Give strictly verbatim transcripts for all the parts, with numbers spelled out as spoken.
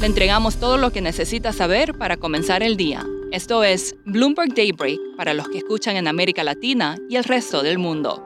Le entregamos todo lo que necesita saber para comenzar el día. Esto es Bloomberg Daybreak para los que escuchan en América Latina y el resto del mundo.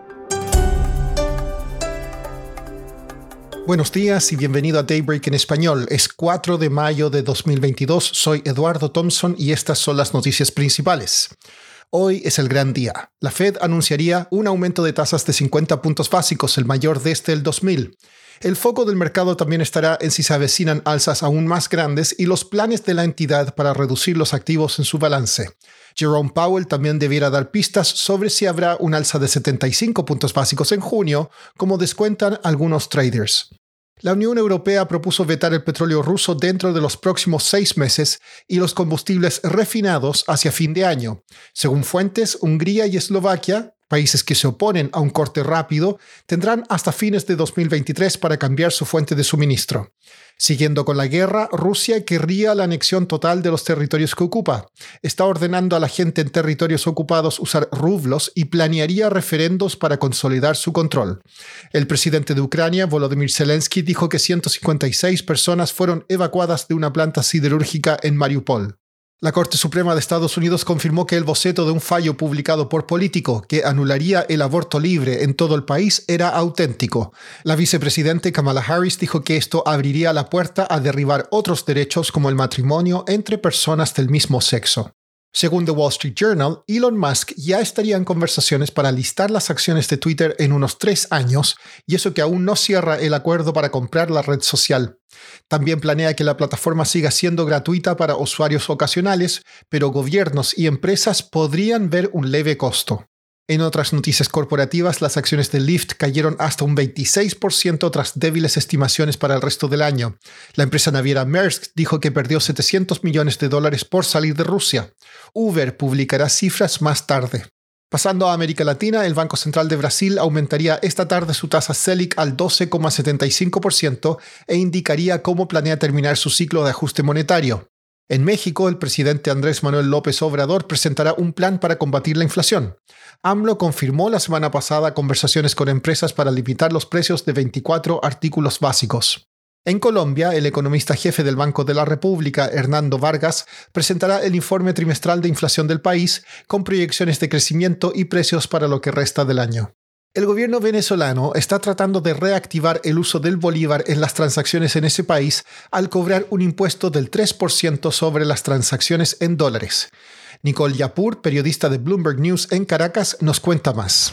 Buenos días y bienvenido a Daybreak en español. Es cuatro de mayo de dos mil veintidós. Soy Eduardo Thompson y estas son las noticias principales. Hoy es el gran día. La Fed anunciaría un aumento de tasas de cincuenta puntos básicos, el mayor desde el dos mil. El foco del mercado también estará en si se avecinan alzas aún más grandes y los planes de la entidad para reducir los activos en su balance. Jerome Powell también debiera dar pistas sobre si habrá un alza de setenta y cinco puntos básicos en junio, como descuentan algunos traders. La Unión Europea propuso vetar el petróleo ruso dentro de los próximos seis meses y los combustibles refinados hacia fin de año. Según fuentes, Hungría y Eslovaquia, países que se oponen a un corte rápido, tendrán hasta fines de dos mil veintitrés para cambiar su fuente de suministro. Siguiendo con la guerra, Rusia querría la anexión total de los territorios que ocupa. Está ordenando a la gente en territorios ocupados usar rublos y planearía referendos para consolidar su control. El presidente de Ucrania, Volodymyr Zelensky, dijo que ciento cincuenta y seis personas fueron evacuadas de una planta siderúrgica en Mariupol. La Corte Suprema de Estados Unidos confirmó que el boceto de un fallo publicado por Político que anularía el aborto libre en todo el país era auténtico. La vicepresidenta Kamala Harris dijo que esto abriría la puerta a derribar otros derechos como el matrimonio entre personas del mismo sexo. Según The Wall Street Journal, Elon Musk ya estaría en conversaciones para listar las acciones de Twitter en unos tres años, y eso que aún no cierra el acuerdo para comprar la red social. También planea que la plataforma siga siendo gratuita para usuarios ocasionales, pero gobiernos y empresas podrían ver un leve costo. En otras noticias corporativas, las acciones de Lyft cayeron hasta un veintiséis por ciento tras débiles estimaciones para el resto del año. La empresa naviera Maersk dijo que perdió setecientos millones de dólares por salir de Rusia. Uber publicará cifras más tarde. Pasando a América Latina, el Banco Central de Brasil aumentaría esta tarde su tasa Selic al doce coma setenta y cinco por ciento e indicaría cómo planea terminar su ciclo de ajuste monetario. En México, el presidente Andrés Manuel López Obrador presentará un plan para combatir la inflación. AMLO confirmó la semana pasada conversaciones con empresas para limitar los precios de veinticuatro artículos básicos. En Colombia, el economista jefe del Banco de la República, Hernando Vargas, presentará el informe trimestral de inflación del país con proyecciones de crecimiento y precios para lo que resta del año. El gobierno venezolano está tratando de reactivar el uso del bolívar en las transacciones en ese país al cobrar un impuesto del tres por ciento sobre las transacciones en dólares. Nicole Yapur, periodista de Bloomberg News en Caracas, nos cuenta más.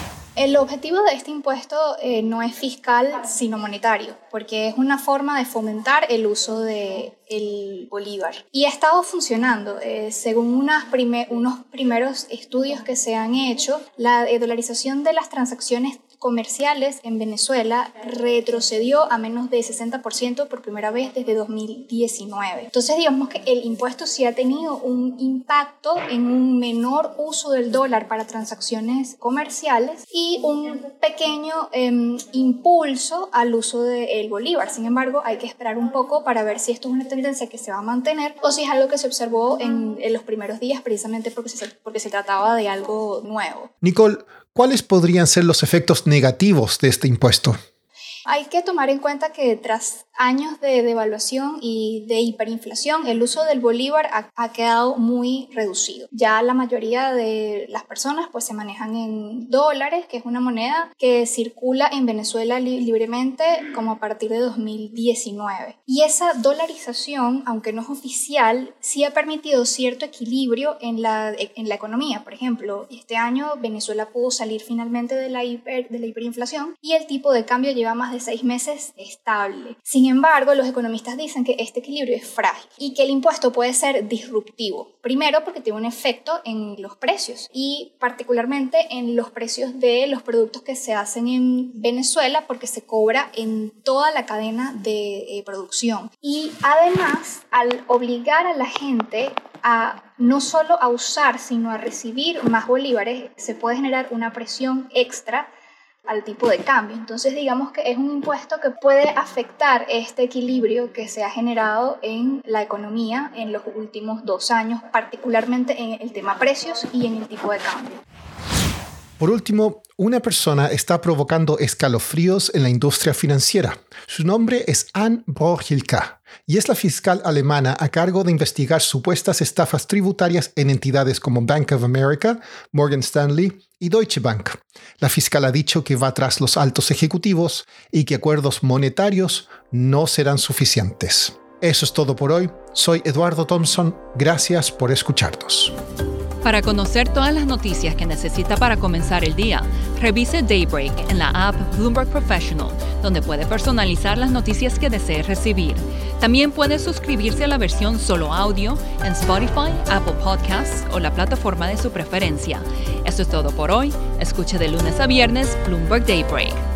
El objetivo de este impuesto eh, no es fiscal, sino monetario, porque es una forma de fomentar el uso del bolívar. Y ha estado funcionando. Eh, según unas prime- unos primeros estudios que se han hecho, la dolarización de las transacciones comerciales en Venezuela retrocedió a menos de sesenta por ciento por primera vez desde dos mil diecinueve. Entonces, digamos que el impuesto sí ha tenido un impacto en un menor uso del dólar para transacciones comerciales y un pequeño eh, impulso al uso del bolívar. Sin embargo, hay que esperar un poco para ver si esto es una tendencia que se va a mantener o si es algo que se observó en, en los primeros días precisamente porque se, porque se trataba de algo nuevo. Nicole, ¿cuáles podrían ser los efectos negativos de este impuesto? Hay que tomar en cuenta que tras años de devaluación y de hiperinflación, el uso del bolívar ha, ha quedado muy reducido. Ya la mayoría de las personas pues se manejan en dólares, que es una moneda que circula en Venezuela li- libremente como a partir de dos mil diecinueve. Y esa dolarización, aunque no es oficial, sí ha permitido cierto equilibrio en la, en la economía. Por ejemplo, este año Venezuela pudo salir finalmente de la, hiper, de la hiperinflación y el tipo de cambio lleva más de seis meses estable. Sin embargo, los economistas dicen que este equilibrio es frágil y que el impuesto puede ser disruptivo. Primero, porque tiene un efecto en los precios y particularmente en los precios de los productos que se hacen en Venezuela, porque se cobra en toda la cadena de eh, producción. Y además, al obligar a la gente a no solo a usar, sino a recibir más bolívares, se puede generar una presión extra al tipo de cambio. Entonces digamos que es un impuesto que puede afectar este equilibrio que se ha generado en la economía en los últimos dos años, particularmente en el tema precios y en el tipo de cambio. Por último, una persona está provocando escalofríos en la industria financiera. Su nombre es Anne Brogilka. y es la fiscal alemana a cargo de investigar supuestas estafas tributarias en entidades como Bank of America, Morgan Stanley y Deutsche Bank. La fiscal ha dicho que va tras los altos ejecutivos y que acuerdos monetarios no serán suficientes. Eso es todo por hoy. Soy Eduardo Thompson. Gracias por escucharnos. Para conocer todas las noticias que necesita para comenzar el día, revise Daybreak en la app Bloomberg Professional, donde puede personalizar las noticias que desee recibir. También puede suscribirse a la versión solo audio en Spotify, Apple Podcasts o la plataforma de su preferencia. Eso es todo por hoy. Escuche de lunes a viernes Bloomberg Daybreak.